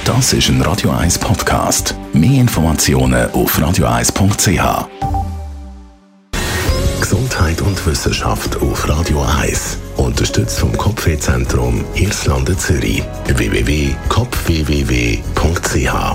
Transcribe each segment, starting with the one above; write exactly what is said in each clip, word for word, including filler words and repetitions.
Das ist ein Radio eins Podcast. Mehr Informationen auf radio eins punkt c h. Gesundheit und Wissenschaft auf Radio eins. Unterstützt vom Kopfwehzentrum Irlande Zürich. w w w punkt kopf w w w punkt c h.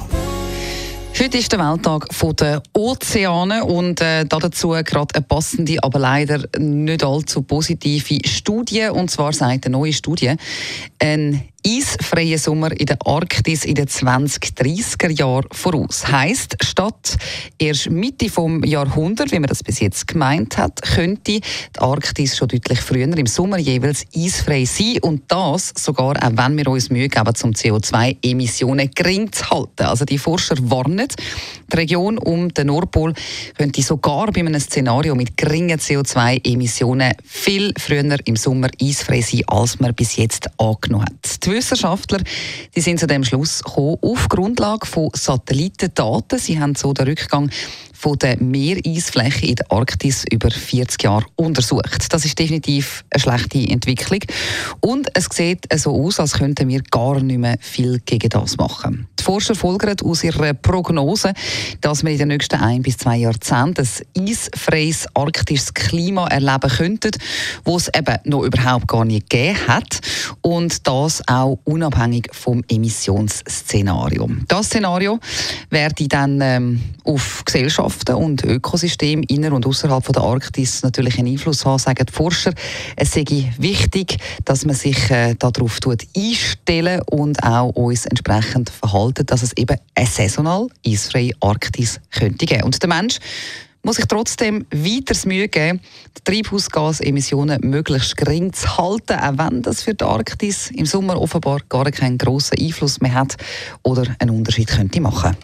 Heute ist der Welttag der Ozeane und äh, dazu gerade eine passende, aber leider nicht allzu positive Studie. Und zwar sagt eine neue Studie, ein eisfreier Sommer in der Arktis in den zwanzig dreissiger Jahren voraus. Heisst, statt erst Mitte vom Jahrhundert, wie man das bis jetzt gemeint hat, könnte die Arktis schon deutlich früher im Sommer jeweils eisfrei sein. Und das sogar, auch wenn wir uns Mühe geben, um C O zwei Emissionen gering zu halten. Also die Forscher warnen, die Region um den Nordpol könnte sogar bei einem Szenario mit geringen C O zwei Emissionen viel früher im Sommer eisfrei sein, als man bis jetzt angenommen hat. Die Wissenschaftler die sind zu dem Schluss gekommen, auf Grundlage von Satellitendaten. Sie haben so den Rückgang von der Meereisfläche in der Arktis über vierzig Jahre untersucht. Das ist definitiv eine schlechte Entwicklung. Und es sieht so aus, als könnten wir gar nicht mehr viel gegen das machen. Die Forscher folgern aus ihrer Prognose, dass wir in den nächsten ein bis zwei Jahrzehnten ein eisfreies arktisches Klima erleben könnten, das es eben noch überhaupt gar nicht gegeben hat. Und das auch unabhängig vom Emissionsszenario. Das Szenario werde dann ähm, auf Gesellschaft und Ökosystem inner- und außerhalb der Arktis natürlich einen Einfluss haben, sagen die Forscher. Es sei wichtig, dass man sich äh, darauf einstellen und auch uns entsprechend verhalten, dass es eben eine saisonal eisfreie Arktis könnte geben. Und der Mensch muss sich trotzdem weiter Mühe geben, die Treibhausgasemissionen möglichst gering zu halten, auch wenn das für die Arktis im Sommer offenbar gar keinen grossen Einfluss mehr hat oder einen Unterschied könnte machen.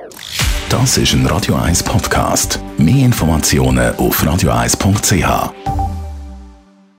Das ist ein Radio eins Podcast. Mehr Informationen auf radio eins punkt c h.